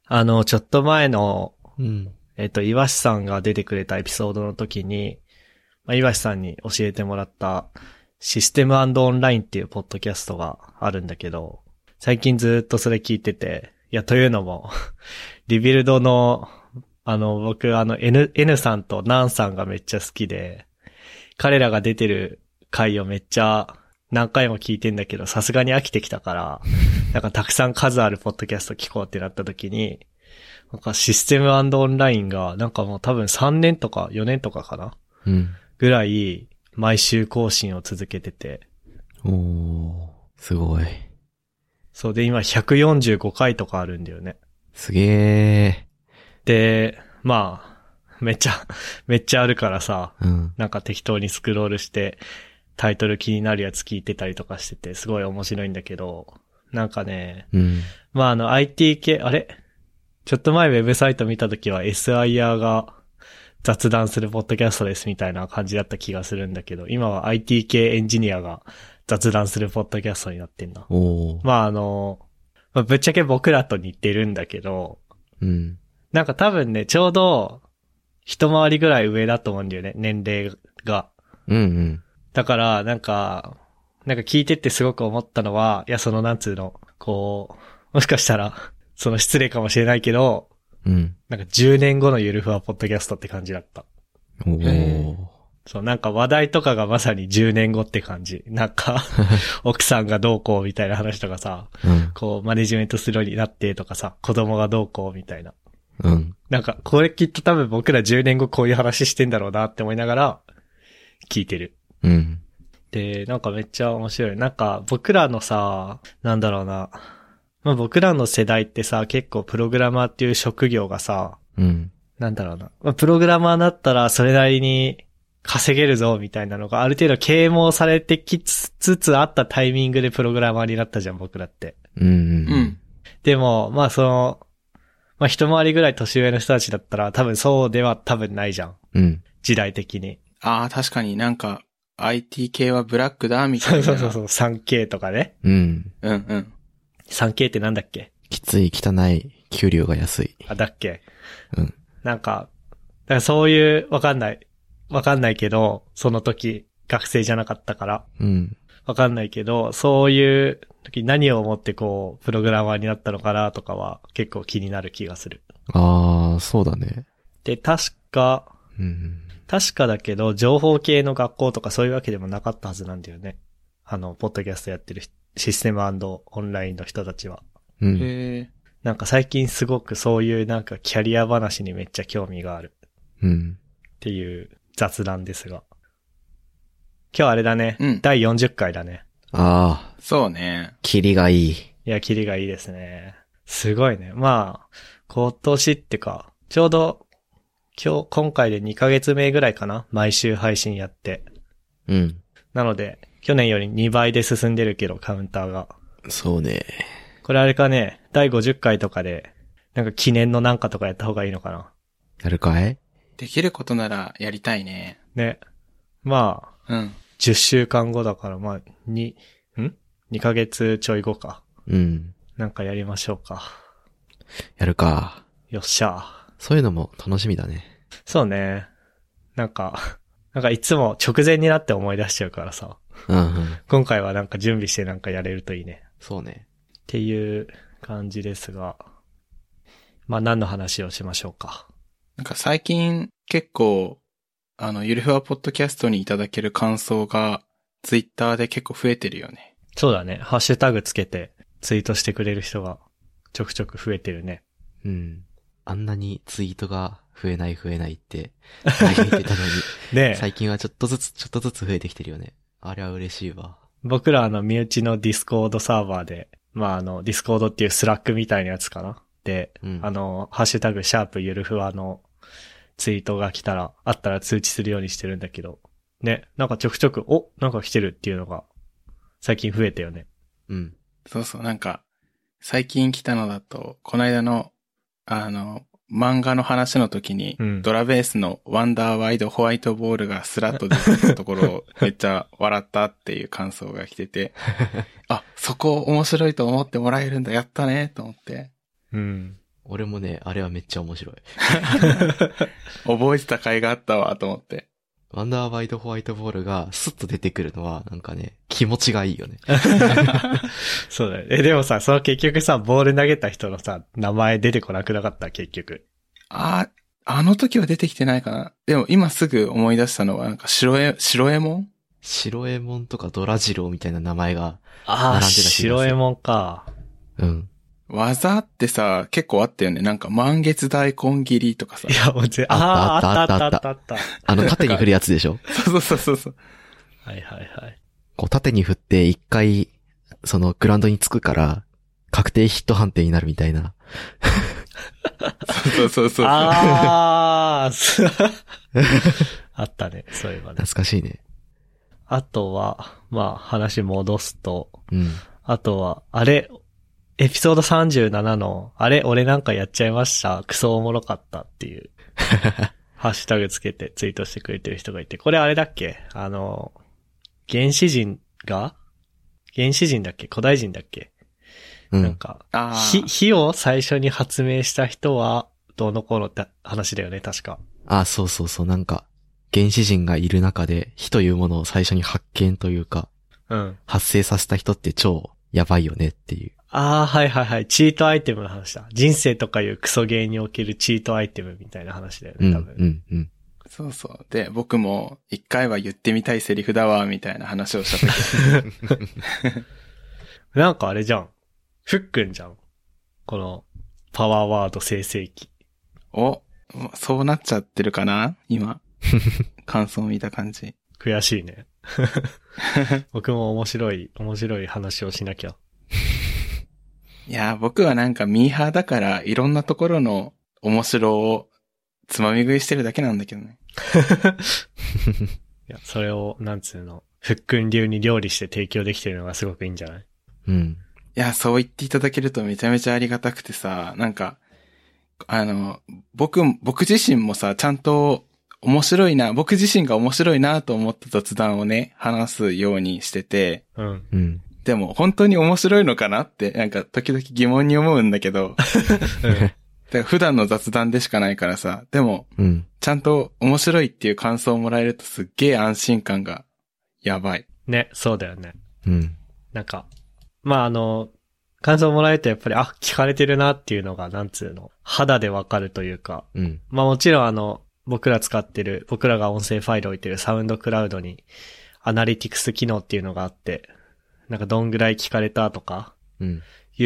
ちょっと前の、 うん。 岩瀬さんが出てくれたエピソードの時に、岩瀬さんに教えてもらったシステムオンラインっていうポッドキャストがあるんだけど、最近ずっとそれ聞いてて、いや、というのも、リビルドの、僕N さんとナンさんがめっちゃ好きで、彼らが出てる回をめっちゃ何回も聞いてんだけど、さすがに飽きてきたから、なんかたくさん数あるポッドキャスト聞こうってなった時に、なんかシステムオンラインが、なんかもう多分3年とか4年とかかなうん。 ぐらい、毎週更新を続けてて。 おー、すごい。 そうで、今145回とかあるんだよね。 すげで、めっちゃあるからさ、 ー。うん。 なんか適当にスクロールして、タイトル気になるやつ聞いてたりとかしてて、すごい面白いんだけど、なんかね、 うん。 IT 系、ちょっと前ウェブサイト見たときは SIR が雑談するポッドキャストですみたいな感じだった気がするんだけど、今は IT 系エンジニアが雑談するポッドキャストになってんだ。 おー。 ぶっちゃけ僕らと似てるんだけど、 うん。 なんか多分ね、ちょうど一回りぐらい上だと思うんだよね、年齢が。 うんうん。 だから、なんか聞いてってすごく思ったのは、いや、なんつうの、もしかしたら、失礼かもしれないけど、 うん。 なんか10年後のゆるふわポッドキャストって感じだった。 おー。 そう、なんか話題とかがまさに10年後って感じ。なんか、奥さんがどうこうみたいな話とかさ、 うん。 マネジメントするようになってとかさ、子供がどうこうみたいな。 うん。 なんか、これきっと多分僕ら10年後こういう話してんだろうなって思いながら、聞いてる。 うん。 で、なんかめっちゃ面白い。なんか僕らのさ、なんだろうな。僕らの世代ってさ、結構プログラマーっていう職業がさ、 うん。 なんだろうな。プログラマーだったらそれなりに稼げるぞみたいなのがある程度啓蒙されてきつつあったタイミングでプログラマーになったじゃん、僕らって。 うん。うん。 でも、一回りぐらい年上の人たちだったら多分そうでは多分ないじゃん。 うん。 時代的に。 ああ、確かになんか IT 系はブラックだみたいな。 そう、3K とかね。 うん。 うんうん。 3K ってなんだっけ？ きつい、汚い、給料が安い。 だっけ？ うん。 なんか、だからそういう、わかんないけど、その時、学生じゃなかったから、 うん。 わかんないけど、そういう時何を思ってプログラマーになったのかなとかは結構気になる気がする。 あー、そうだね。 で、確かうん。 だけど、情報系の学校とかそういうわけでもなかったはずなんだよね。ポッドキャストやってるシステムオンラインの人たちは。 うん。 へえ。 なんか最近すごくそういうなんかキャリア話にめっちゃ興味があるうん。 っていう雑談ですが。今日あれだね。 うん。 第40回だね。 あー、 そうね。 キリがいい。 いや、キリがいいですね。すごいね。今年ってか、ちょうど今回で2ヶ月目ぐらいかな。毎週配信やって。 うん。 なので、去年より2倍で進んでるけど、カウンターが。 そうね。 これあれかね、第50回とかで、なんか記念のなんかとかやった方がいいのかな。 やるかい？ できることならやりたいね。 ね。 うん。 10週間後だから、2ヶ月ちょい後か。 うん。 なんかやりましょうか。 やるか。 よっしゃ。 そういうのも楽しみだね。 そうね。なんかいつも直前になって思い出しちゃうからさ。 うんうん。 今回はなんか準備してなんかやれるといいね。 そうね。 っていう感じですが。何の話をしましょうか。 なんか最近結構、ゆるふわポッドキャストにいただける感想がツイッターで結構増えてるよね。 そうだね。ハッシュタグつけてツイートしてくれる人がちょくちょく増えてるね。 うん。あんなにツイートが増えないって言ってたのに。 ねえ。 最近はちょっとずつ増えてきてるよね。あれは嬉しいわ。 僕ら身内のディスコードサーバーで、ディスコードっていうスラックみたいなやつかな。で、 うん、 ハッシュタグシャープゆるふわのツイートが来たら、あったら通知するようにしてるんだけど、ね、なんかちょくちょく、なんか来てるっていうのが、最近増えたよね。 うん。 そうそう、なんか、最近来たのだと、この間の、漫画の話の時に、 うん、 ドラベースのワンダーワイドホワイトボールがスラッと出てたところをめっちゃ笑ったっていう感想が来てて、あ、そこ面白いと思ってもらえるんだ、やったね、と思って。 うん。 俺もね、あれはめっちゃ面白い。 覚えてた甲斐があったわ、と思って。 ワンダーワイドホワイトボールがスッと出てくるのは、なんかね、気持ちがいいよね。 そうだよ。でもさ、その結局さ、ボール投げた人のさ、名前出てこなくなかった結局。 あの時は出てきてないかな。でも今すぐ思い出したのは、なんか白エモン白エモンとかドラジローみたいな名前がああ、 並んでた気がする。 白エモンか。 うん。 技ってさ、結構あったよね。なんか満月大根切りとかさ。 いや、もうあった。 縦に振るやつでしょ。 そう。 はいはいはい。 こう縦に振って一回、そのグラウンドにつくから、確定ヒット判定になるみたいな。 そう。 あったね、そういえばね。 懐かしいね。 あとは、まあ話戻すと、 うん。 あとは、エピソード37の、俺なんかやっちゃいました。クソおもろかったっていう、ハッシュタグつけてツイートしてくれてる人がいて、これあれだっけ原始人だっけ古代人だっけ、 うん。 なんか、火を最初に発明した人は、どうのこうのって話だよね、確か。 そう。なんか、原始人がいる中で、火というものを最初に発見というか、 うん。 発生させた人って超やばいよねっていう。 はい。チートアイテムの話だ。人生とかいうクソゲーにおけるチートアイテムみたいな話だよね、多分。 うん。 そう。で、僕も一回は言ってみたいセリフだわ、みたいな話をした時。 なんかあれじゃん。ふっくんじゃん。この、パワーワード生成器。 そうなっちゃってるかな今。感想を見た感じ。 悔しいね。僕も面白い話をしなきゃ。 いや、僕はなんかミーハーだからいろんなところの面白をつまみ食いしてるだけなんだけどね。 いや、それを、なんつうの、ふっくん流に料理して提供できてるのがすごくいいんじゃない？ うん。 いや、そう言っていただけるとめちゃめちゃありがたくてさ、なんか、僕自身もさ、ちゃんと僕自身が面白いなと思った雑談をね、話すようにしてて、 うん。 うん。 でも本当に面白いのかなって、なんか時々疑問に思うんだけど、だから普段の雑談でしかないからさ、でも、 うん。 ちゃんと面白いっていう感想をもらえるとすっげえ安心感がやばい。 ね、そうだよね。 うん。 なんか、まあ感想もらえるとやっぱり、聞かれてるなっていうのが、なんつうの、肌でわかるというか、 うん。 まあもちろん僕らが音声ファイル置いてるサウンドクラウドに、アナリティクス機能っていうのがあって、なんかどんぐらい聞かれたとか、 うん。 いう、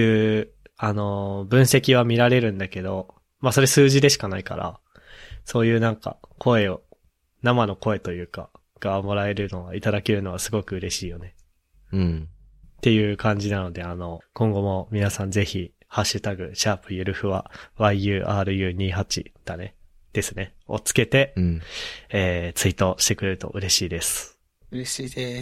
分析は見られるんだけど、まあそれ数字でしかないから、そういうなんか生の声というか、がもらえるのは、いただけるのはすごく嬉しいよね。 うん。 っていう感じなので、今後も皆さんぜひ、ハッシュタグ、ゆるふわ、YURU28 だね。ですね。をつけて、 うん。 ツイートしてくれると嬉しいです。 嬉しいです。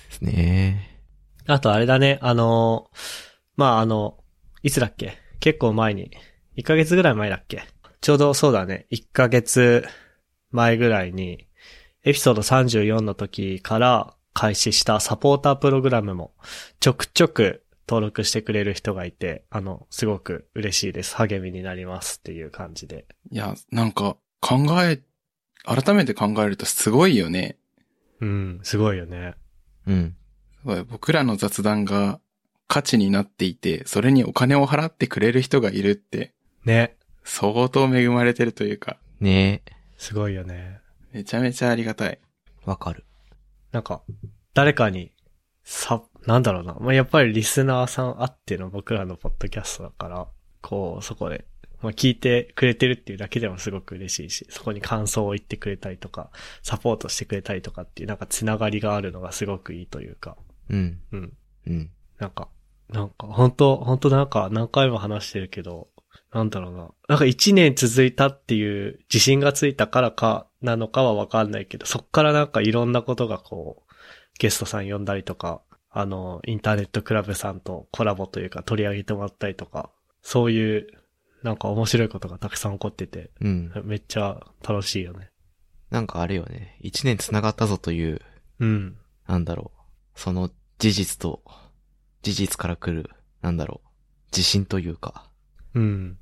ですね。 あとあれだね、まあいつだっけ？結構前に、1ヶ月ぐらい前だっけ？ちょうどそうだね、1ヶ月前ぐらいに、エピソード34の時から開始したサポータープログラムもちょくちょく登録してくれる人がいて、すごく嬉しいです。励みになりますっていう感じで。 いや、なんか改めて考えるとすごいよね。 うん、すごいよね。 うん。 僕らの雑談が価値になっていて、それにお金を払ってくれる人がいるって、 ね。 相当恵まれてるというか。 ねえ。 すごいよね。 めちゃめちゃありがたい。 わかる。 なんか、誰かに、なんだろうな。まあ、やっぱりリスナーさんあっての僕らのポッドキャストだから、そこで、まあ、聞いてくれてるっていうだけでもすごく嬉しいし、そこに感想を言ってくれたりとか、サポートしてくれたりとかっていうなんかつながりがあるのがすごくいいというか。 うん。 うん。 うん。 なんか、本当なんか何回も話してるけど、なんだろうな。なんか1年続いたっていう自信がついたからかなのかはわかんないけど、そっからなんかいろんなことがゲストさん呼んだりとか、インターネットクラブさんとコラボというか取り上げてもらったりとか、そういうなんか面白いことがたくさん起こってて、 うん。 めっちゃ楽しいよね。 なんかあれよね。1年繋がったぞという、 うん。 なんだろう。その事実から来る、なんだろう。自信というか。 うん。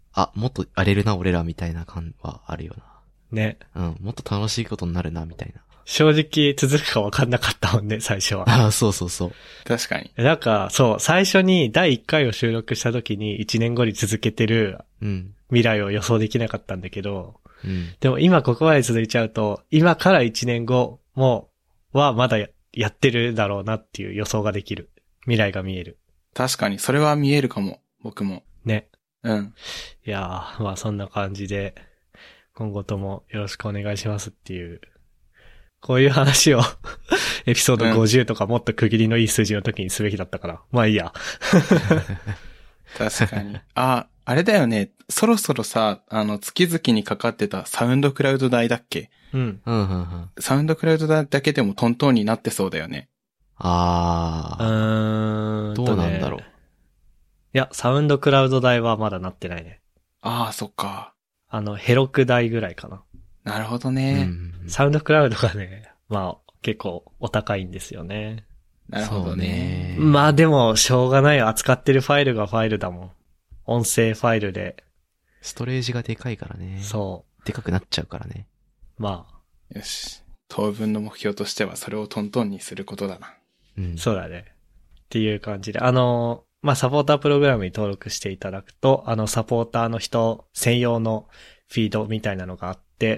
あ、もっと荒れるな俺らみたいな感はあるよね。 な。うん、もっと楽しいことになるなみたいな。 正直続くか分かんなかったもんね、最初は。 ああ、そうそうそう。 確かに。 なんか、そう、最初に第1回を収録した時に1年後に続けてるうん。 未来を予想できなかったんだけど、 うん。 でも今ここまで続いちゃうと、今から1年後はまだやってるだろうなっていう予想ができる。未来が見える。 確かに、それは見えるかも。僕も。 ね。 うん。 いやー、まあそんな感じで、今後ともよろしくお願いしますっていう、こういう話をエピソード50とかもっと区切りのいい数字の時にすべきだったから。まあいいや。 確かに。あれだよね。そろそろさ、月々にかかってたサウンドクラウド代だっけ？ うん。 うん、うん、うん。 サウンドクラウド代だけでもトントンになってそうだよね。 ああ。どうなんだろう。 いや、サウンドクラウド代はまだなってないね。 ああ、そっか。 ヘロク代ぐらいかな。 なるほどうね。 ん。 サウンドクラウドがね、まあ結構お高いんですよね。 なるほどね。 まあでも、しょうがないよ。扱ってるファイルがファイルだもん。音声ファイルで。 ストレージがでかいからね。 そでかくなっちゃうからね。 う。まあ、 よし。当分の目標としてはそれをトントンにすることだな。 うん。 そうだね。っていう感じで。まあ、サポータープログラムに登録していただくと、サポーターの人専用のフィードみたいなのがあって、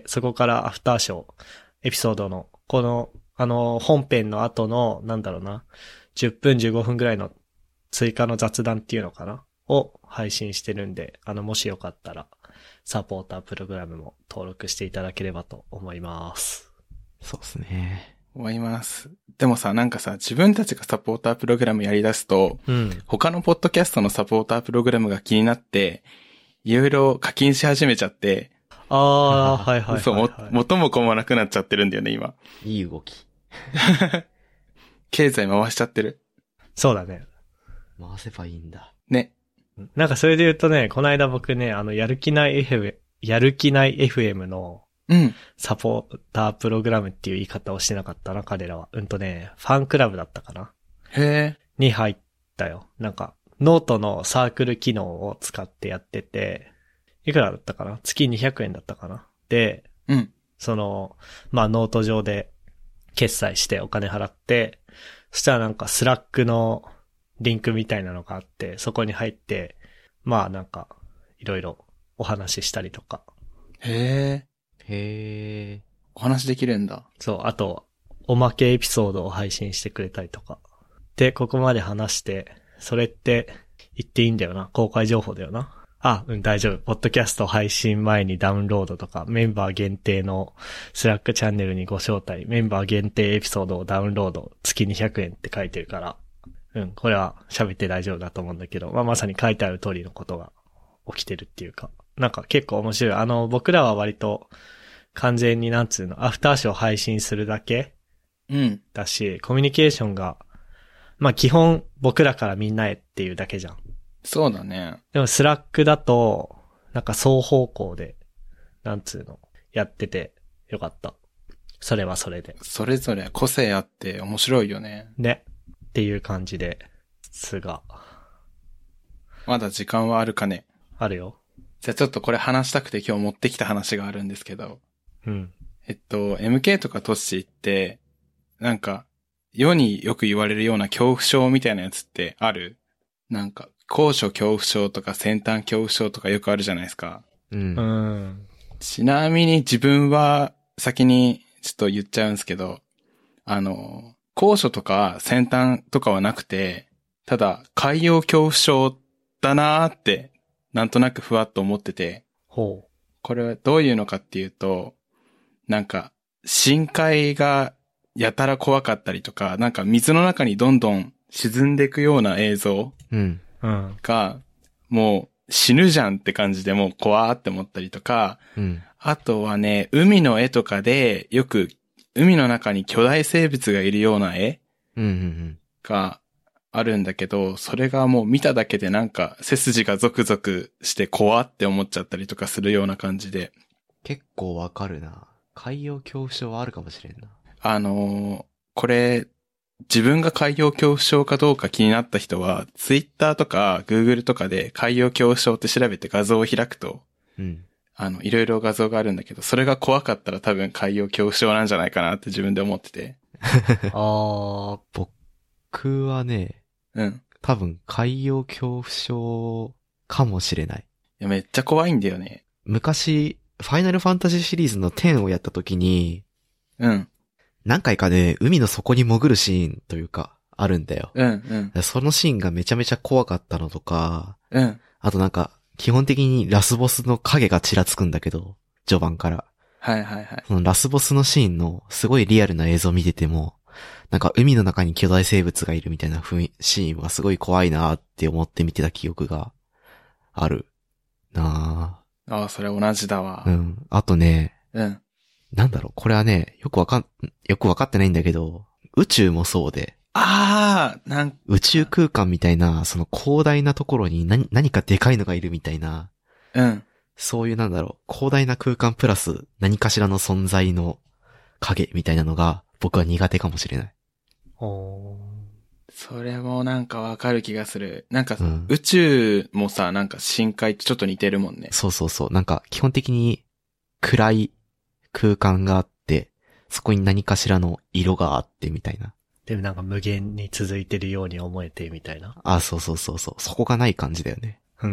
そこからアフターショー、エピソードの、この、本編の後の、なんだろうな、10分15分ぐらいの追加の雑談っていうのかなを配信してるんで、もしよかったら、サポータープログラムも登録していただければと思います。 そうですね。 思います。でもさ、なんかさ、自分たちがサポータープログラムやり出すと、 うん。 他のポッドキャストのサポータープログラムが気になって、いろいろ課金し始めちゃって、 はいはいはい、はい。 そう、元も子もなくなっちゃってるんだよね、今。 いい動き。 経済回しちゃってる。 そうだね。 回せばいいんだ。 ね。 なんかそれで言うとね、この間僕ね、やる気ない FM のうん。 サポータープログラムっていう言い方をしてなかったな、彼らは。ファンクラブだったかなへえ。 に入ったよ。なんか、ノートのサークル機能を使ってやってて、いくらだったかな？月200円だったかな？で、 うん。 まあノート上で決済してお金払って、そしたらなんかスラックのリンクみたいなのがあって、そこに入って、まあなんか、いろいろお話ししたりとか。 へえ。 へえ。 お話できるんだ。 そう、あと、おまけエピソードを配信してくれたりとか。で、ここまで話して、それって言っていいんだよな。公開情報だよな。大丈夫。ポッドキャスト配信前にダウンロードとか、メンバー限定のスラックチャンネルにご招待、メンバー限定エピソードをダウンロード、月200円って書いてるから、これは喋って大丈夫だと思うんだけど、まさに書いてある通りのことが起きてるっていうか、なんか結構面白い。僕らは割と完全にアフターショー配信するだけうん。 だし、コミュニケーションが、基本僕らからみんなへっていうだけじゃん。 そうだね。 でもスラックだと、なんか双方向で、やっててよかった。それはそれで。 それぞれ個性あって面白いよね。 ね。っていう感じですが。 まだ時間はあるかね。 あるよ。 じゃあちょっとこれ話したくて今日持ってきた話があるんですけど。 うん。 MK とかトッシーって、なんか、世によく言われるような恐怖症みたいなやつってある？なんか、高所恐怖症とか先端恐怖症とかよくあるじゃないですか。 うん。 うん。 ちなみに自分は先にちょっと言っちゃうんですけど、高所とか先端とかはなくて、ただ海洋恐怖症だなーって、なんとなくふわっと思ってて、 ほこれはどういうのかっていうと、なんか深海がやたら怖かったりとか、なんか水の中にどんどん沈んでいくような映像うん。 う。うん。 が、もう死ぬじゃんって感じでもう怖ーって思ったりとか、 うん。 あとはね、海の絵とかでよく海の中に巨大生物がいるような絵うん。うん。 があるんだけど、それがもう見ただけでなんか背筋がゾクゾクして怖って思っちゃったりとかするような感じで。 結構わかるな。海洋恐怖症はあるかもしれんな。 これ、 自分が海洋恐怖症かどうか気になった人は、Twitter とか Google とかで海洋恐怖症って調べて画像を開くと、 うん。 いろいろ画像があるんだけど、それが怖かったら多分海洋恐怖症なんじゃないかなって自分で思ってて。 僕はね、 うん。 多分海洋恐怖症かもしれない。 いや、めっちゃ怖いんだよね。 昔、ファイナルファンタジーシリーズの10をやった時に、 うん。 何回かで海の底に潜るシーンというか、あるんだよ。 うん。 そのシーンがめちゃめちゃ怖かったのとか、 うん。 あとなんか、基本的にラスボスの影がちらつくんだけど、序盤から。 はいはいはい。 そのラスボスのシーンのすごいリアルな映像を見てても、なんか海の中に巨大生物がいるみたいなシーンはすごい怖いなって思って見てた記憶があるなぁ。 ああ、それ同じだわ。 うん。あとね、 うん。 なんだろう、これはね、よくわかってないんだけど、宇宙もそうで、 ああ、 宇宙空間みたいな、その広大なところに何かでかいのがいるみたいな、 うん。 そういうなんだろう、広大な空間プラス何かしらの存在の影みたいなのが僕は苦手かもしれない。 それもなんかわかる気がする。なんか、 うん、 宇宙もさ、なんか深海とちょっと似てるもんね。 そうそうそう。なんか基本的に暗い空間があって、そこに何かしらの色があってみたいな。 でもなんか無限に続いてるように思えてみたいな。 あ、そうそうそうそう。そこがない感じだよね。 うん。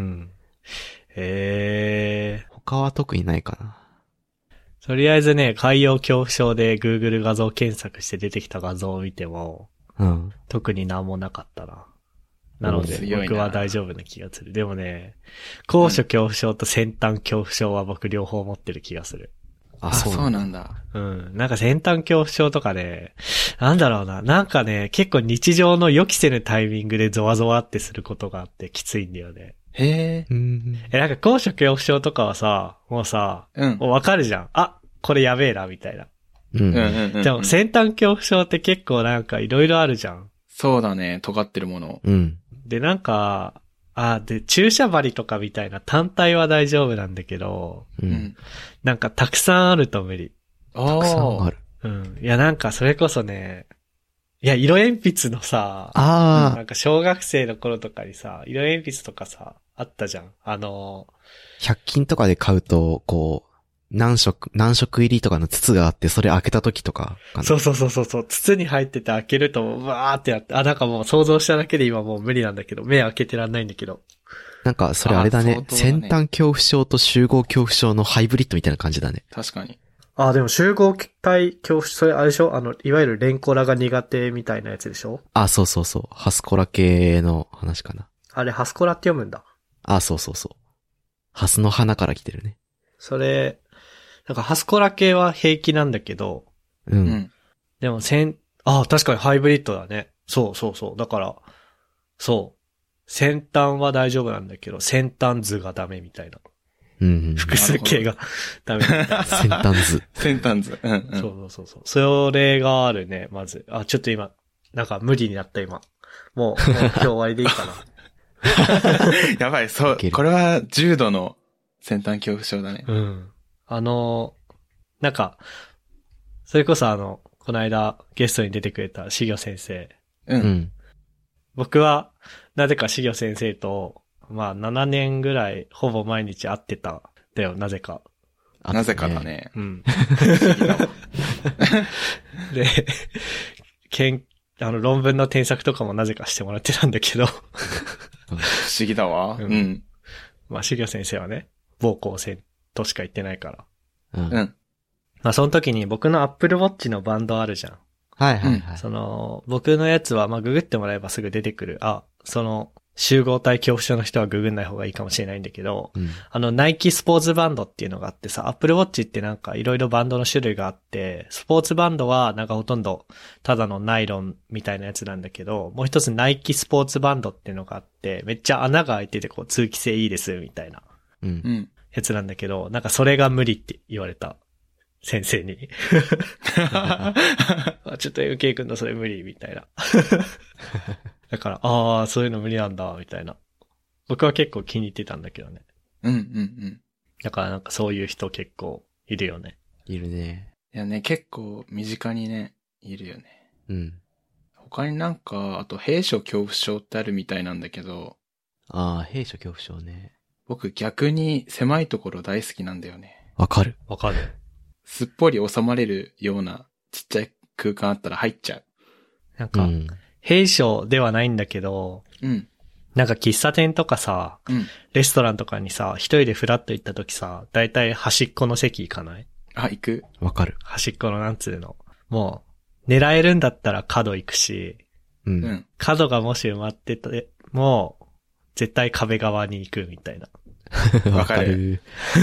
他は特にないかな。 とりあえずね、海洋恐怖症で Google 画像検索して出てきた画像を見ても、 うん。 特になんもなかったな。なので、 強いな僕は大丈夫な気がする。でもね、高所恐怖症と先端恐怖症は僕両方持ってる気がする。 あ、 そうなんだ。 うん。なんか先端恐怖症とかね、なんだろうな。なんかね、結構日常の予期せぬタイミングでゾワゾワってすることがあってきついんだよね。 へえ。 なんか高所恐怖症とかはさ、もうさ、 うん。 もうわかるじゃん。あ、これやべえな、みたいな。 うん。 でも先端恐怖症って結構なんかいろいろあるじゃん。 そうだね。尖ってるもの。 うん。 で、なんか、で、注射針とかみたいな単体は大丈夫なんだけど、 うん。 なんかたくさんあると無理。 たくさんある。 うん。いや、なんかそれこそね、いや、色鉛筆のさ、 あなんか小学生の頃とかにさ、色鉛筆とかさ、あったじゃん。 100均とかで買うと、こう、何色入りとかの筒があって、それ開けた時とかかな。 そう。筒に入ってて開けると、うわーってなって、なんかもう想像しただけで今もう無理なんだけど、目開けてらんないんだけど。 なんか、それあれだね。先端恐怖症と集合恐怖症のハイブリッドみたいな感じだね。 確かに。 でも集合体恐怖症、それあれでしょいわゆるレンコラが苦手みたいなやつでしょそう。ハスコラ系の話かな。 あれ、ハスコラって読むんだ。 そう。ハスの花から来てるね。 それ、なんかハスコラ系は平気なんだけど、 うん。 でも確かにハイブリッドだね。そう。だから、そう。先端は大丈夫なんだけど、先端図がダメみたいな。複数形がダメみたいな。 先端図。 先端図。 そう。それがあるね、まず。ちょっと今、なんか無理になった今。もう今日終わりでいいかな。 やばい、そう。これは重度の先端恐怖症だね。 うん。なんか、それこそこの間ゲストに出てくれたしぎょ先生。 うん。 僕は、なぜかしぎょ先生と、7年ぐらいほぼ毎日会ってた。だよ、なぜか。 なぜかだね。 うん。で、論文の添削とかもなぜかしてもらってたんだけど。不思議だわ。うん。 しぎょ先生はね、某高専としか言ってないから。 うん。 その時に僕の Apple Watch のバンドあるじゃん。 はい。 僕のやつは、ググってもらえばすぐ出てくる。集合体恐怖症の人はググんない方がいいかもしれないんだけど、ナイキスポーツバンドっていうのがあってさ、Apple Watch ってなんかいろいろバンドの種類があって、スポーツバンドはなんかほとんどただのナイロンみたいなやつなんだけど、もう一つナイキスポーツバンドっていうのがあって、めっちゃ穴が開いてて通気性いいですみたいなやつなんだけど、なんかそれが無理って言われた。先生に。ちょっと MK 君のそれ無理みたいな。だから、そういうの無理なんだ、みたいな。僕は結構気に入ってたんだけどね。だからなんかそういう人結構いるよね。 いるね。 いやね、結構身近にね、いるよね。 うん。 他になんか、あと閉所恐怖症ってあるみたいなんだけど、 ああ、閉所恐怖症ね。 僕逆に狭いところ大好きなんだよね。 わかる。 わかる。 すっぽり収まれるようなちっちゃい空間あったら入っちゃう。 なんか、 うん。 弊所ではないんだけど、 うん。 なんか喫茶店とかさ、 うん。 レストランとかにさ、一人でフラッと行った時さ、だいたい端っこの席行かない？ あ、行く。 わかる。 端っこのなんつうの。もう、狙えるんだったら角行くし、 う。 うんん。 角がもし埋まってても、絶対壁側に行くみたいな。 わかる。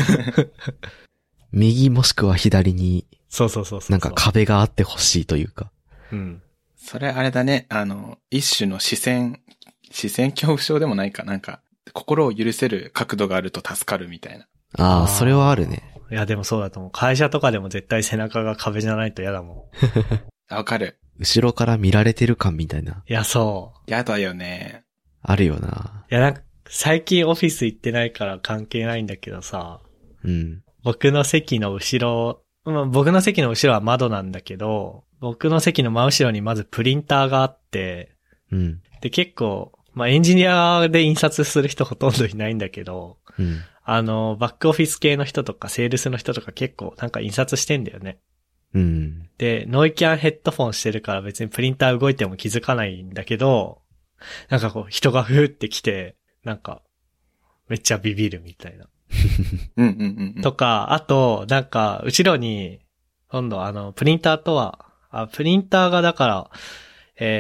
右もしくは左にそうそうそうそう。 なんか壁があってほしいというか。 うん。 それあれだね。一種の視線恐怖症でもないか。なんか、心を許せる角度があると助かるみたいな。 ああ、 あーそれはあるね。 いやでもそうだと思う。会社とかでも絶対背中が壁じゃないと嫌だもん。 あ、わかる。 後ろから見られてる感みたいな。 いや、そう。 やだよね。 あるよな。 いや、なんか、最近オフィス行ってないから関係ないんだけどさ、 うん。 僕の席の後ろ、僕の席の後ろは窓なんだけど、僕の席の真後ろにまずプリンターがあって、 うん。 で、結構、エンジニアで印刷する人ほとんどいないんだけど、 うん。 バックオフィス系の人とかセールスの人とか結構なんか印刷してんだよね。 うん。 で、ノイキャンヘッドフォンしてるから別にプリンター動いても気づかないんだけど、なんかこう人がふーって来て、なんか、めっちゃビビるみたいな。 うんうんうん。 とか、あと、なんか、後ろに、今度プリンターとは、プリンターがだから、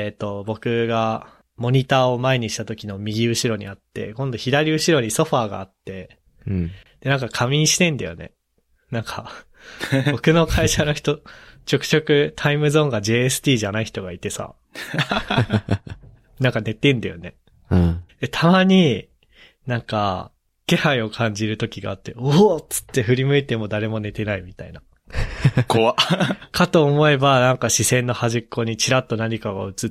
僕がモニターを前にした時の右後ろにあって、今度左後ろにソファーがあって、 うん。 で、なんか仮眠してんだよね。なんか、僕の会社の人、ちょくちょくタイムゾーンが JST じゃない人がいてさ、なんか寝てんだよね。 うん。 で、たまに、なんか、気配を感じる時があって、おおっつって振り向いても誰も寝てないみたいな。 怖っ。 かと思えば、なんか視線の端っこにチラッと何かが映って、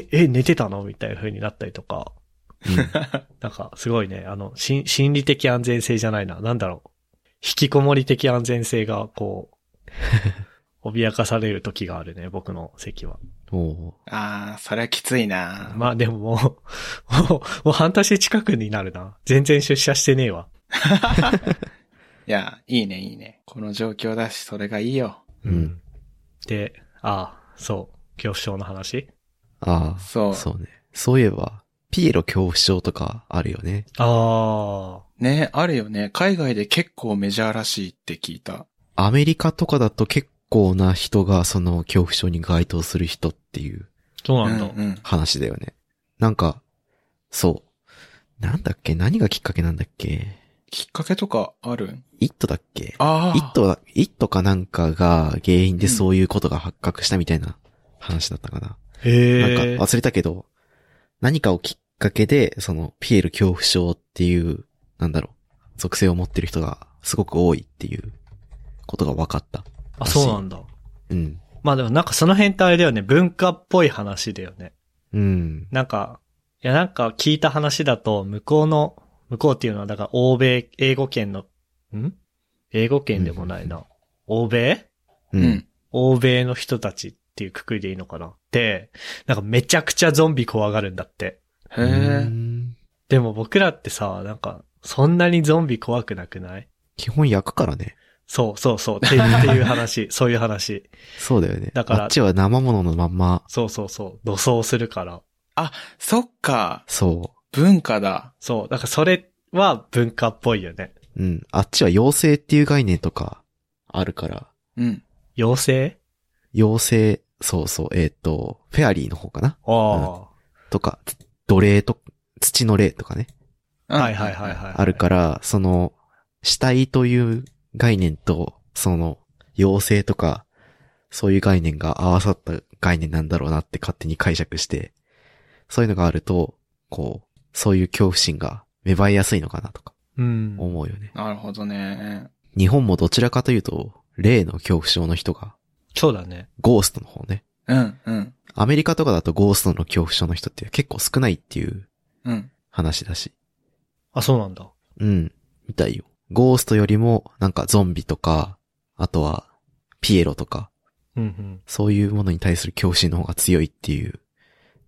寝てたのみたいな風になったりとか。なんか、すごいね、心理的安全性じゃないな。なんだろう。引きこもり的安全性が、こう、脅かされる時があるね、僕の席は。 おー。 あー、それはきついな。 まあでももう半年近くになるな。全然出社してねえわ。 いや、いいねいいね。この状況だし、それがいいよ。 うん。 で、そう。恐怖症の話？ ああ、 そうそうね。そういえば、ピエロ恐怖症とかあるよね。 ね、あるよね。海外で結構メジャーらしいって聞いた。 アメリカとかだと結構な人がその恐怖症に該当する人っていうそうなんだ。 うんうん。 話だよね。なんか、そう。なんだっけ？何がきっかけなんだっけ？ きっかけとかある？ イットだっけ？ ああ。 イットかなんかが原因でそういうことが発覚したみたいな話だったかな。 へなんか忘れたけど、何かをきっかけで、そのピエロ恐怖症っていう、属性を持ってる人がすごく多いっていうことが分かった。 あ、そうなんだ。 うん。 まあでもなんかその辺ってあれだよね。文化っぽい話だよね。 うん。 なんか聞いた話だと、向こうっていうのはだから英語圏の、英語圏でもないな。欧米う。 うんん。 欧米の人たちっていうくくりでいいのかな。で、なんかめちゃくちゃゾンビ怖がるんだって。 へうえ。 んでも僕らってさ、なんか、そんなにゾンビ怖くなくない？ 基本焼くからね。 そうっていう話、そういう話。 そうだよね。 だからあっちは生物のまんま、 そう。土葬するから。 そっか。 そ文化だ。 そう。だからそれは文化っぽいよね。 う。うん。あっちは妖精っていう概念とかあるから、 うん。 妖精？ 妖精、そう、フェアリーの方かなあとか、土霊と、土の霊とかね。 あ。はい。 あるから、その、死体という概念と、その、妖精とか、そういう概念が合わさった概念なんだろうなって勝手に解釈して、そういうのがあると、こう、そういう恐怖心が芽生えやすいのかなとか、 うん。 思うよね。 なるほどね。 日本もどちらかというと、霊の恐怖症の人が、 そうだね。 ゴーストの方ね。 うん。 アメリカとかだとゴーストの恐怖症の人って結構少ないっていううん。 話だし。 あ、そうなんだ。 うん。みたいよ。ゴーストよりも、なんかゾンビとか、あとは、ピエロとか、 うん。 そういうものに対する恐怖心の方が強いっていう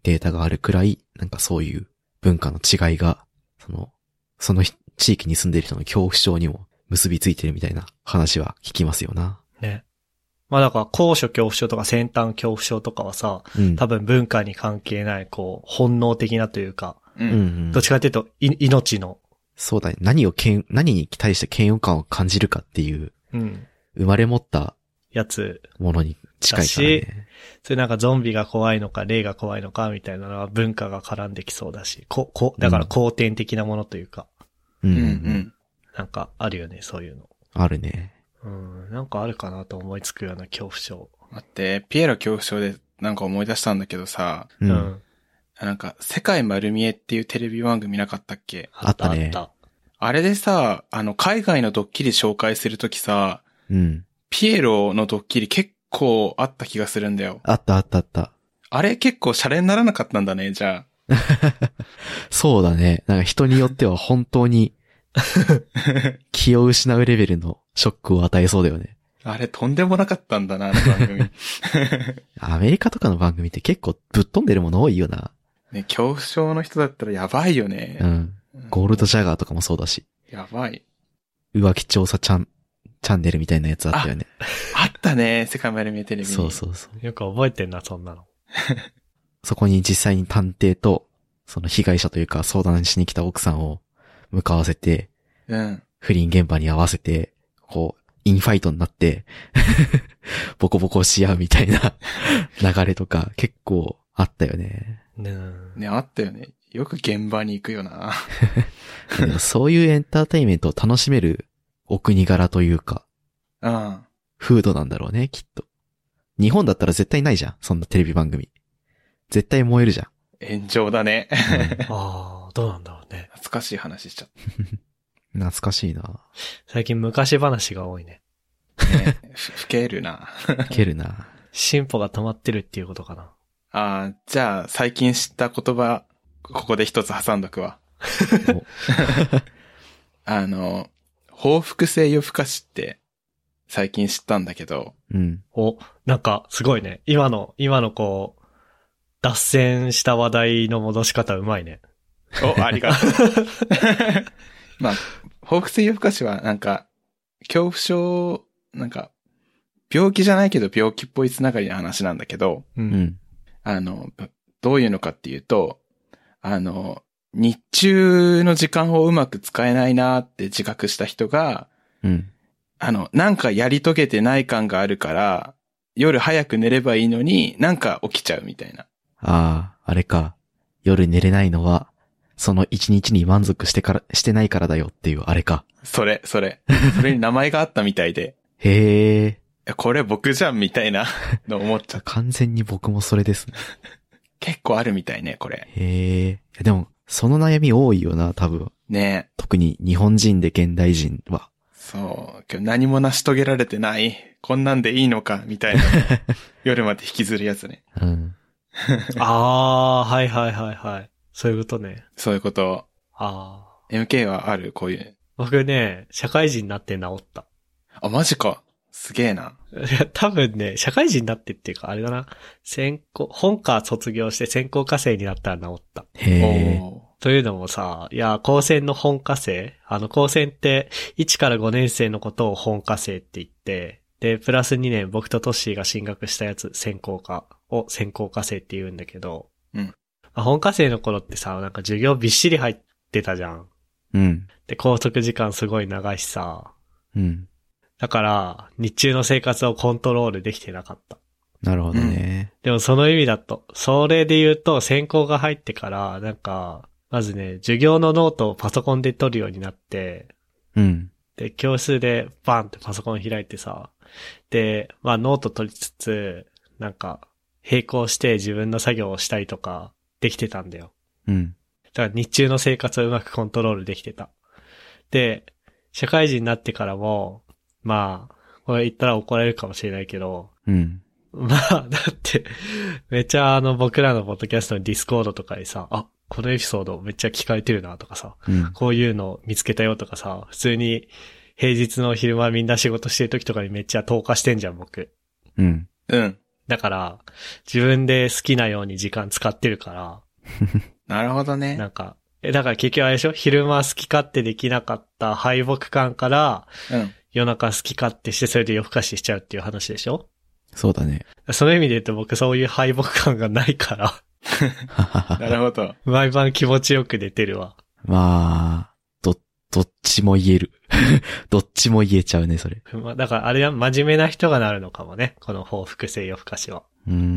データがあるくらい、なんかそういう文化の違いが、その地域に住んでいる人の恐怖症にも結びついてるみたいな話は聞きますよな。 ね。まあだから高所恐怖症とか先端恐怖症とかはさ、多分文化に関係ない、本能的なというか、どっちかというと、命の。 そうだね。何に対して嫌悪感を感じるかっていう、生まれ持ったやつ。 ものに近いからね。 それなんかゾンビが怖いのか、霊が怖いのか、みたいなのは文化が絡んできそうだし、だから後天的なものというか。なんかあるよね、そういうの。 あるね。 なんかあるかなと思いつくような恐怖症。 待って、ピエロ恐怖症でなんか思い出したんだけどさ、なんか、世界丸見えっていうテレビ番組なかったっけ？ あったね。 あれでさ、海外のドッキリ紹介するときさ、ピエロのドッキリ結構あった気がするんだよ。 あった。 あれ結構シャレにならなかったんだね、じゃあ。 そうだね。なんか人によっては本当に気を失うレベルのショックを与えそうだよね。 あれとんでもなかったんだな、あの番組。 アメリカとかの番組って結構ぶっ飛んでるもの多いよな。 ね、恐怖症の人だったらやばいよね。 ゴールドジャガーとかもそうだし。 やばい。 浮気調査チャンネルみたいなやつあったよね。 あったね、世界丸見えテレビに。 そう。 よく覚えてんな、そんなの。 そこに実際に探偵と、その被害者というか相談しに来た奥さんを向かわせて、不倫現場に合わせて、インファイトになって、ボコボコし合うみたいな流れとか結構あったよね。 ね、あったよね。よく現場に行くよな。 でもそういうエンターテインメントを楽しめるお国柄というか、風土なんだろうね、きっと。日本だったら絶対ないじゃん、そんなテレビ番組。絶対燃えるじゃん。 炎上だね。 ああ、どうなんだろうね。 懐かしい話しちゃった。 懐かしいな。 最近昔話が多いね。 ね、ふけるな。 ふけるな。 進歩が止まってるっていうことかな。 じゃあ最近知った言葉、ここで一つ挟んどくわ。報復性夜更かしって最近知ったんだけど。 なんかすごいね。今の脱線した話題の戻し方うまいね。 ありがとう。まあ、報復性夜更かしはなんか、恐怖症、なんか、病気じゃないけど病気っぽいつながりの話なんだけど、どういうのかっていうと、日中の時間をうまく使えないなって自覚した人が、なんかやり遂げてない感があるから、夜早く寝ればいいのになんか起きちゃうみたいな。 あれか。夜寝れないのは、その一日に満足してないからだよっていうあれか。 それに名前があったみたいで。 へー。 これ僕じゃんみたいなの思っちゃった。 完全に僕もそれですね。 結構あるみたいね、これ。 へー。でも、その悩み多いよな、多分。 ね。 特に日本人で現代人は。 そう。今日何も成し遂げられてない。こんなんでいいのか、みたいな。夜まで引きずるやつね。 はい。そういうことね。 そういうこと。MK はあるこういう。 僕ね、社会人になって治った。 マジか。すげえな。 いや、多分ね、社会人になってっていうか、あれだな。本科卒業して専攻科生になったら治った。 へー。 というのもさ、いや、高専の本科生高専って1から5年生のことを本科生って言って、で、プラス2年僕とトッシーが進学したやつ、専攻科生って言うんだけど、本科生の頃ってさ、なんか授業びっしり入ってたじゃん。で、拘束時間すごい長いしさ。だから、日中の生活をコントロールできてなかった。 なるほどね。 でもその意味だと、それで言うと専攻が入ってから、なんか、まずね、授業のノートをパソコンで取るようになって、で、教室でバンってパソコン開いてさ、で、まあノート取りつつ、なんか、並行して自分の作業をしたりとか、できてたんだよ。だから日中の生活をうまくコントロールできてた。で、社会人になってからも、まあ、これ言ったら怒られるかもしれないけど、まあ、だって、めっちゃ僕らのポッドキャストのディスコードとかにさ、このエピソードめっちゃ聞かれてるなとかさ、こういうの見つけたよとかさ、普通に平日の昼間みんな仕事してる時とかにめっちゃ投下してんじゃん、僕。 だから、自分で好きなように時間使ってるから、 なるほどね。 なんか、だから結局あれでしょ？昼間好き勝手できなかった敗北感から、 うん。 夜中好き勝手してそれで夜更かししちゃうっていう話でしょ？ そうだね。 その意味で言うと僕そういう敗北感がないから、 なるほど。 毎晩気持ちよく寝てるわ。 まあ、どっちも言える。どっちも言えちゃうね、それ。 まあだからあれは真面目な人がなるのかもね。この報復性夜更かしは。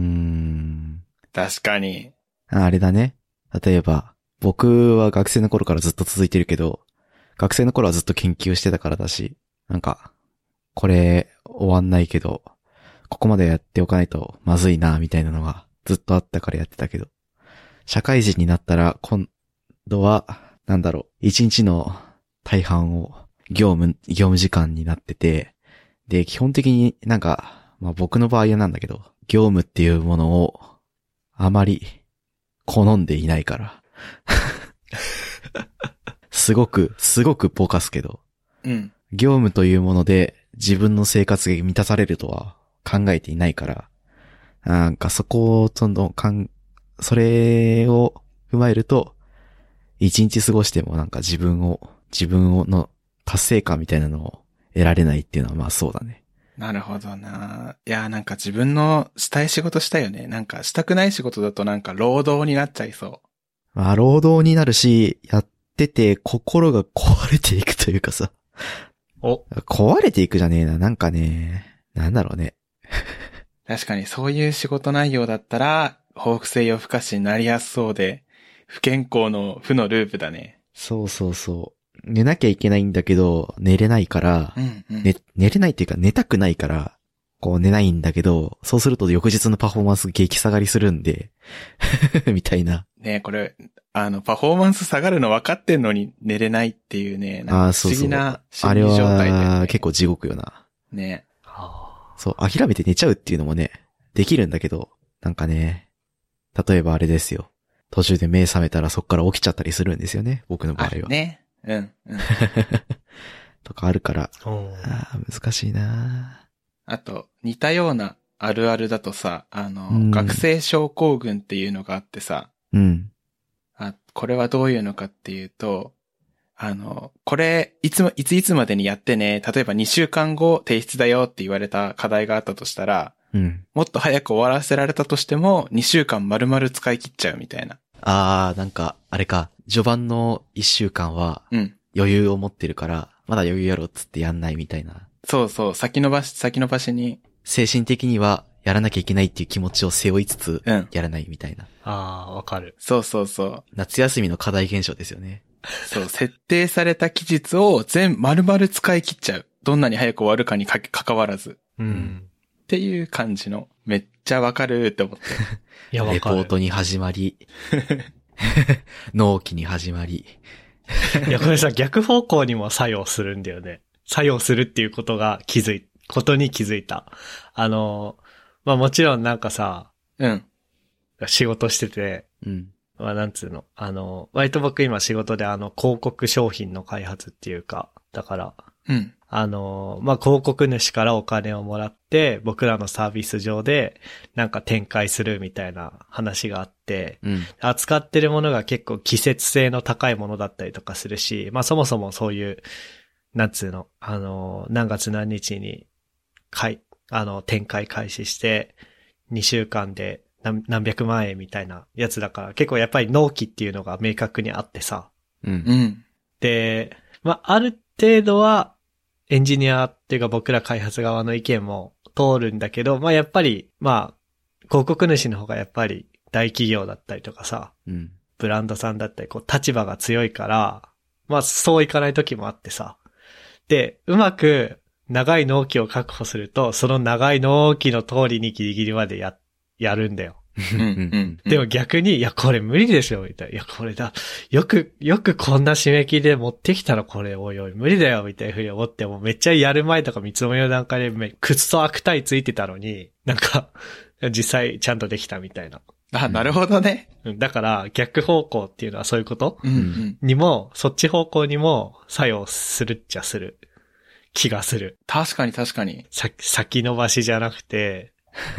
確かに。 あれだね。例えば、僕は学生の頃からずっと続いてるけど、学生の頃はずっと研究してたからだし、なんか、これ終わんないけど、ここまでやっておかないとまずいな、みたいなのがずっとあったからやってたけど、社会人になったら今度は、なんだろう、一日の大半を業務時間になってて、で、基本的になんか、まあ僕の場合はなんだけど、業務っていうものをあまり好んでいないから。すごくぼかすけど、 うん。 業務というもので自分の生活が満たされるとは考えていないから、なんかそれを踏まえると、一日過ごしてもなんか自分の達成感みたいなのを得られないっていうのはまあそうだね。 なるほどな。いや、なんか自分のしたい仕事したいよね。なんかしたくない仕事だとなんか労働になっちゃいそう。 まあ労働になるし、やってて心が壊れていくというかさ。壊れていくじゃねえな。なんかね、なんだろうね。 確かにそういう仕事内容だったら、報復性夜更かしになりやすそうで、不健康の負のループだね。 そう。寝なきゃいけないんだけど、寝れないから、寝れないっていうか寝たくないから、こう寝ないんだけど、そうすると翌日のパフォーマンス激下がりするんで、みたいな。 ね、これ、パフォーマンス下がるの分かってんのに寝れないっていうね、なんか不思議な心理状態だよね。 あれは結構地獄よな。 ね。 そう、諦めて寝ちゃうっていうのもね、できるんだけど、なんかね、例えばあれですよ。途中で目覚めたらそっから起きちゃったりするんですよね、僕の場合は。 ね。うん。 とかあるから、難しいな。 あと、似たようなあるあるだとさ、学生症候群っていうのがあってさ、これはどういうのかっていうと、これ、いつまでにやってね、例えば2週間後提出だよって言われた課題があったとしたら、もっと早く終わらせられたとしても、2週間丸々使い切っちゃうみたいな。 なんか、あれか、序盤の1週間は、余裕を持ってるから、まだ余裕やろうっつってやんないみたいな。 そう、先延ばしに。 精神的には、やらなきゃいけないっていう気持ちを背負いつつ、やらないみたいな。 わかる。 そう。 夏休みの課題現象ですよね。 そう、設定された期日を丸々使い切っちゃう。どんなに早く終わるかに関わらず。っていう感じの、めっちゃわかるって思って。 いや、わかる。 レポートに始まり、納期に始まり。 いや、これさ、逆方向にも作用するんだよね。作用するっていうことに気づいた。まあもちろんなんかさ、仕事してて、まあなんつうの、割と僕今仕事で広告商品の開発っていうか、だから、まあ広告主からお金をもらって、僕らのサービス上でなんか展開するみたいな話があって、扱ってるものが結構季節性の高いものだったりとかするし、まあそもそもそういう、なんつうの、何月何日に展開開始して、2週間で何百万円みたいなやつだから、結構やっぱり納期っていうのが明確にあってさ。で、まあ、ある程度は、エンジニアっていうか僕ら開発側の意見も通るんだけど、まあ、やっぱり、まあ、広告主の方がやっぱり大企業だったりとかさ、ブランドさんだったり、こう、立場が強いから、まあ、そういかない時もあってさ。で、うまく長い納期を確保すると、その長い納期の通りにギリギリまでやるんだよ。でも逆に、いや、これ無理でしょ、みたいな。いや、これだ。よくこんな締め切りで持ってきたらこれ、おいおい、無理だよ、みたいな風に思っても、めっちゃやる前とか見積もりの段階で、靴と悪態ついてたのに、なんか、実際ちゃんとできたみたいな。 なるほどね。 だから、逆方向っていうのはそういうことにも、そっち方向にも作用するっちゃする気がする。 確かに。 先延ばしじゃなくて、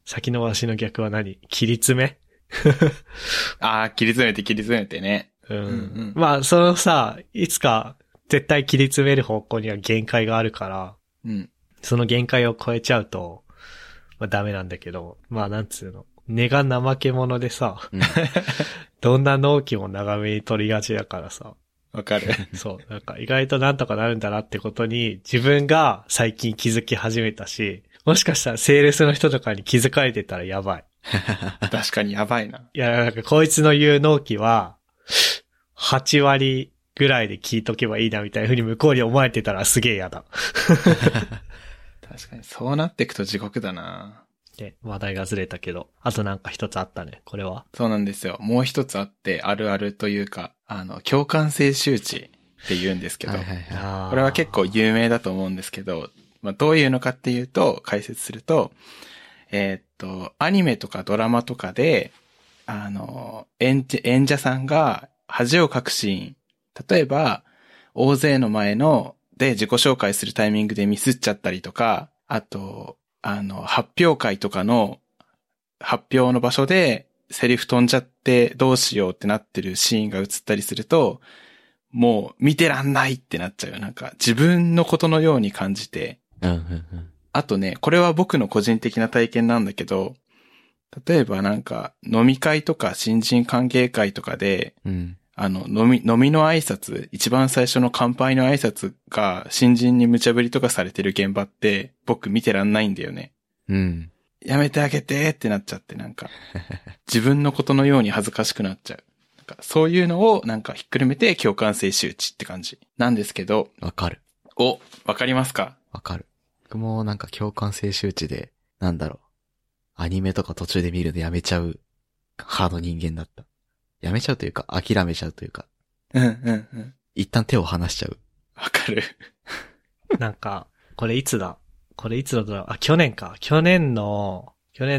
先延ばしの逆は何？切り詰めああ、切り詰めてね。 うん。 うんうん、 まあ、そのさ、いつか絶対切り詰める方向には限界があるから、 うん。 その限界を超えちゃうと、まあダメなんだけど、まあなんつうの。根が怠け者でさ、 うんどんな納期も長めに取りがちだからさ。 わかる。 そう。なんか意外となんとかなるんだなってことに自分が最近気づき始めたし、もしかしたらセールスの人とかに気づかれてたらやばい。 確かにやばいな。 いや、なんかこいつの言う納期は、8割ぐらいで聞いとけばいいなみたいな風に向こうに思われてたらすげえ嫌だ。 確かにそうなっていくと地獄だな。 で、話題がずれたけど、あとなんか一つあったね、これは。 そうなんですよ。もう一つあって、あるあるというか、共感性周知って言うんですけど、 はいはいはこれは結構有名だと思うんですけど、まあ、どういうのかっていうと、解説すると、アニメとかドラマとかで、演者さんが恥をかくシーン、例えば、大勢の前で自己紹介するタイミングでミスっちゃったりとか、あと、発表会とかの発表の場所でセリフ飛んじゃってどうしようってなってるシーンが映ったりすると、もう見てらんないってなっちゃうよ。なんか自分のことのように感じて。 い。うんうんうん。 あとね、これは僕の個人的な体験なんだけど、例えばなんか飲み会とか新人歓迎会とかで、 うん。 飲みの挨拶、一番最初の乾杯の挨拶が新人に無茶ぶりとかされてる現場って僕見てらんないんだよね。 うん。 やめてあげてってなっちゃってなんか、自分のことのように恥ずかしくなっちゃう。なんかそういうのをなんかひっくるめて共感性周知って感じなんですけど。 わかる。 わかりますか？ わかる。僕もなんか共感性周知で、なんだろう。アニメとか途中で見るのやめちゃうハード人間だった。やめちゃうというか、諦めちゃうというか。 うんうんうん。 一旦手を離しちゃう。 わかる。 なんか、これいつのドラマ、去年か。去年の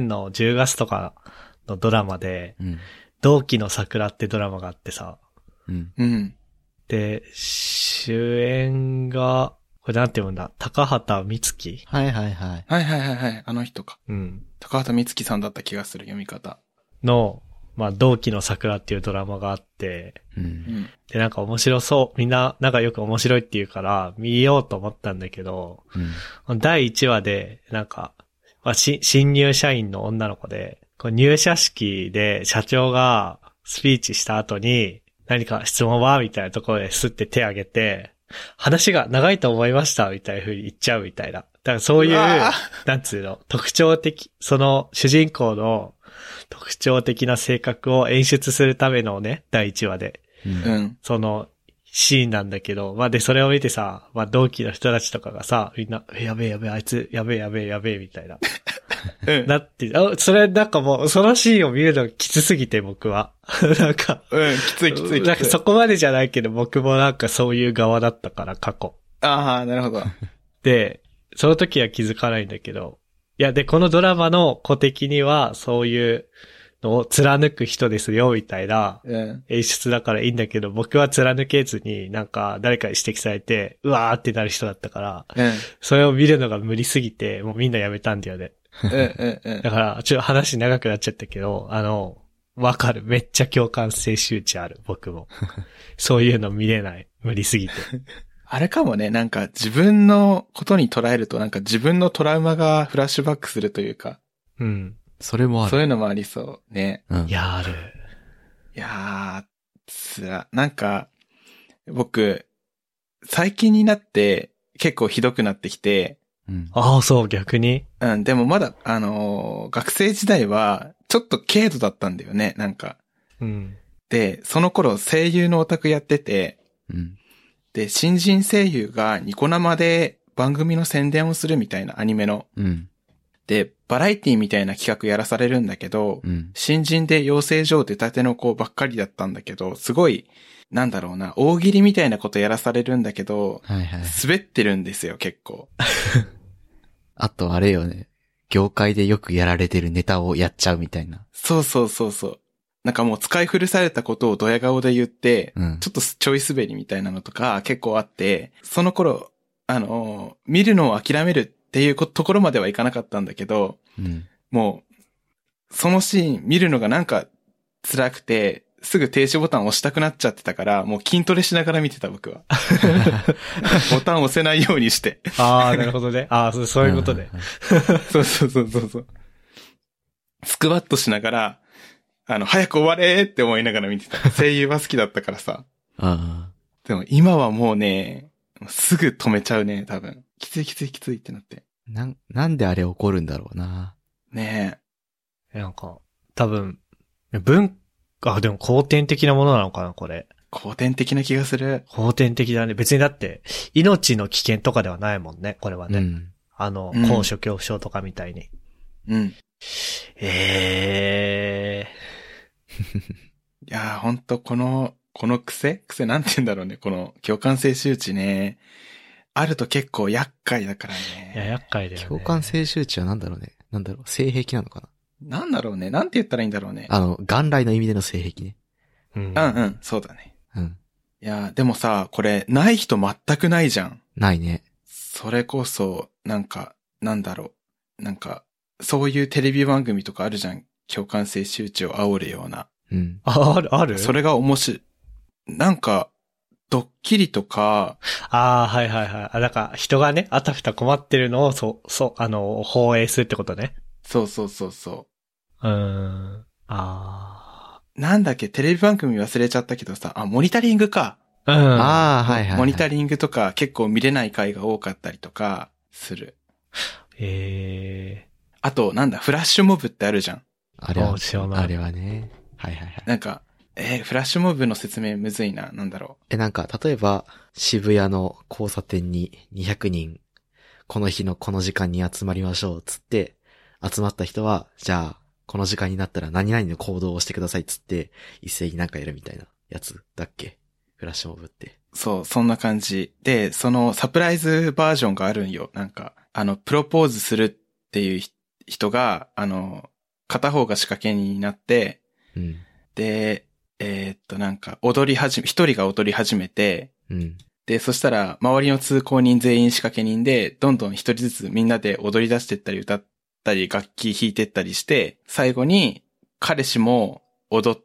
10月とかのドラマで、 うん。 同期の桜ってドラマがあってさ。 うん。 うん。 で、主演が、これなんて読むんだ？高畑充希？ はいはいはい。 はいはいはいはい。あの人か。 うん。 高畑充希さんだった気がする読み方。 の、まあ、同期の桜っていうドラマがあって、 う。 うんん。 で、なんか面白そう。みんな、なんかよく面白いって言うから、見ようと思ったんだけど、 うん。 第1話で、なんか、まあ、新入社員の女の子で、こう入社式で社長がスピーチした後に、何か質問はみたいなところでスッて手挙げて、話が長いと思いましたみたいな風に言っちゃうみたいな。だからそういう、 うわなんつうの、特徴的、その主人公の特徴的な性格を演出するためのね、第1話で。 うん。 うん。 そのシーンなんだけど、まあで、それを見てさ、まあ同期の人たちとかがさ、みんな、やべえ、あいつ、やべえ、みたいな。 うん。 なって、それなんかもう、そのシーンを見るのがきつすぎて僕は。なんか、 うん。きつい。 なんかそこまでじゃないけど、僕もなんかそういう側だったから、過去。 ああ、なるほど。 で、その時は気づかないんだけど、いや、で、このドラマの子的には、そういうのを貫く人ですよ、みたいなうん。 演出だからいいんだけど、僕は貫けずになんか誰かに指摘されて、うわーってなる人だったから、 うん。 それを見るのが無理すぎて、もうみんなやめたんだよね。 うん。 だから、ちょっと話長くなっちゃったけど、わかる。めっちゃ共感性周知ある、僕も。そういうの見れない。無理すぎて。 あれかもね、なんか自分のことに捉えるとなんか自分のトラウマがフラッシュバックするというか、 うん。 それもある。 そういうのもありそうね。 うん。 いや、ある。 いやー、なんか、僕、最近になって結構ひどくなってきて、 うん。 ああ、そう、逆に。 うん、でもまだ、学生時代はちょっと軽度だったんだよね、なんか。 うん。 で、その頃声優のオタクやってて、 うん。 で、新人声優がニコ生で番組の宣伝をするみたいなアニメの。 うん。 で、バラエティみたいな企画やらされるんだけど、 うん。 新人で養成所出たての子ばっかりだったんだけど、すごい、なんだろうな、大喜利みたいなことやらされるんだけど、 はいはい。 滑ってるんですよ、結構。 あとあれよね。業界でよくやられてるネタをやっちゃうみたいな。 そう。なんかもう使い古されたことをドヤ顔で言って、 うん。 ちょっとちょい滑りみたいなのとか結構あって、その頃、見るのを諦めるっていうところまではいかなかったんだけど、 うん。 もう、 そのシーン見るのがなんか辛くて、すぐ停止ボタンを押したくなっちゃってたから、もう筋トレしながら見てた僕は。ボタンを押せないようにして。 ああ、なるほどね。ああ、そういうことで。 そうそうそうそうそう。スクワットしながら、早く終われーって思いながら見てた。声優は好きだったからさ。でも今はもうね、すぐ止めちゃうね、多分。きついってなって。 なんであれ起こるんだろうな。 ねえ。なんか、多分、でも後天的なものなのかな、これ。 後天的な気がする。 後天的だね。別にだって、命の危険とかではないもんね、これはね。高所恐怖症とかみたいに。 うん。いやー、ほんと、この癖なんて言うんだろうね。この共感性周知ね。あると結構厄介だからね。 いや、厄介だよね。 共感性周知はなんだろうね。性癖なのかな。 なんだろうね。なんて言ったらいいんだろうね。 元来の意味での性癖ね。 そうだね。 うん。 いや、でもさ、これ、ない人全くないじゃん。 ないね。 それこそ、なんだろう。そういうテレビ番組とかあるじゃん。共感性周知を煽るような。 うん。 あるそれが面白い。ドッキリとか。 はいはいはい。なんか、人がね、あたふた困ってるのを、放映するってことね。 そう。なんだっけ、テレビ番組忘れちゃったけどさ、モニタリングか。 はいはい。 モニタリングとか結構見れない回が多かったりとかする。あと、フラッシュモブってあるじゃん。 あれはね。はいはいはい。 フラッシュモブの説明むずいな。なんだろう。 例えば、渋谷の交差点に200人、この日のこの時間に集まりましょう、つって、集まった人は、じゃあ、この時間になったら何々の行動をしてください、つって、一斉にやるみたいなやつだっけ？フラッシュモブって。 そう、そんな感じ。で、そのサプライズバージョンがあるんよ。プロポーズするっていう人が、片方が仕掛け人になって、 うん、 で、一人が踊り始めて、 うん、 で、そしたら、周りの通行人全員仕掛け人で、どんどん一人ずつみんなで踊り出してったり歌ったり、楽器弾いてったりして、最後に、彼氏も踊って、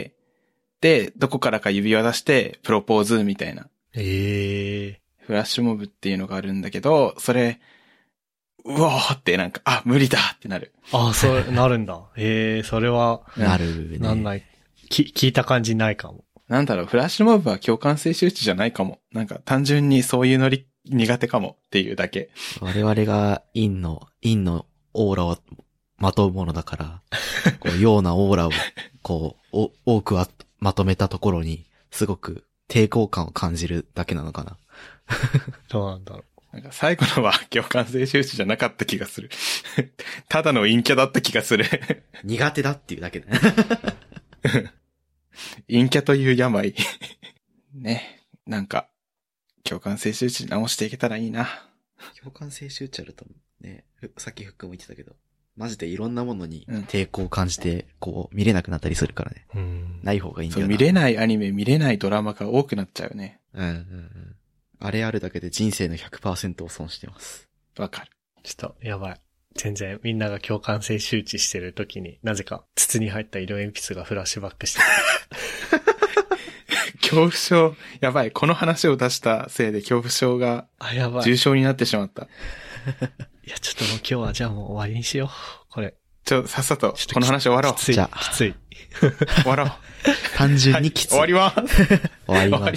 で、どこからか指輪出して、プロポーズみたいな。フラッシュモブっていうのがあるんだけど、それ、うわーって無理だってなる。 そうなるんだ。それは。 なるね。 なんない。聞いた感じないかも。 フラッシュモブは共感性周知じゃないかも。単純にそういうノリ苦手かもっていうだけ。 我々が陰のオーラをまとうものだから、陽なオーラを、多くはまとめたところに、すごく抵抗感を感じるだけなのかな。 どうなんだろう。 最後のは共感性周知じゃなかった気がする。ただの陰キャだった気がする。 苦手だっていうだけだ。 陰キャという病。ね。共感性周知直していけたらいいな。 共感性周知あるとね、さっきフックも言ってたけど、マジでいろんなものに抵抗を感じて、見れなくなったりするからね。ない方がいいんだよな。 見れないアニメ、見れないドラマが多くなっちゃうね。 あれあるだけで人生の 100% を損してます。 わかる。 ちょっと、やばい。全然、みんなが共感性周知してる時になぜか、筒に入った色鉛筆がフラッシュバックしてる。 恐怖症、やばい。この話を出したせいで恐怖症が、重症になってしまった。 いや、ちょっともう今日はじゃあもう終わりにしよう。これ。 さっさと、この話終わろう。 きつい。 終わろう。 単純にきつい。 終わります。 終わります。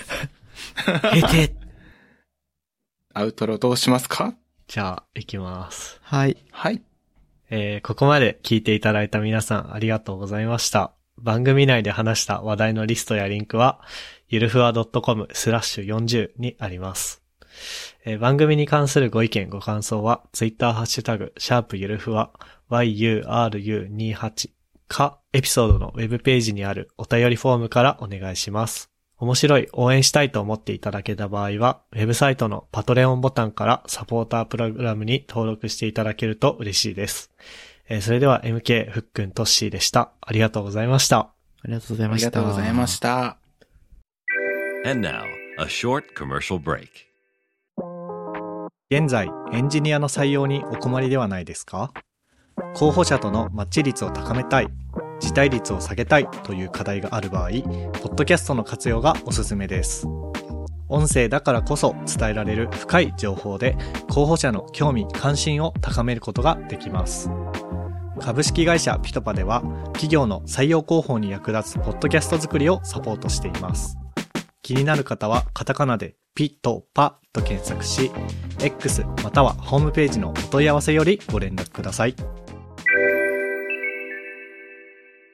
アウトロどうしますか？ じゃあ、行きます。 はい。 ここまで聞いていただいた皆さんありがとうございました。番組内で話した話題のリストやリンクは、ゆるふわ .com/40 にあります。番組に関するご意見ご感想は、ツイッターハッシュタグ、#ゆるふわ、YURU28 か、エピソードのウェブページにあるお便りフォームからお願いします。面白い、応援したいと思っていただけた場合は、ウェブサイトのパトレオンボタンからサポータープログラムに登録していただけると嬉しいです。それでは MK ふっくんとっしーでした。ありがとうございました。 ありがとうございました。 ありがとうございました。 And now, a short commercial break. 現在、エンジニアの採用にお困りではないですか？ 候補者とのマッチ率を高めたい、辞退率を下げたいという課題がある場合、ポッドキャストの活用がおすすめです。音声だからこそ伝えられる深い情報で候補者の興味関心を高めることができます。株式会社ピトパでは企業の採用広報に役立つポッドキャスト作りをサポートしています。気になる方はカタカナでピトパと検索し、X またはホームページのお問い合わせよりご連絡ください。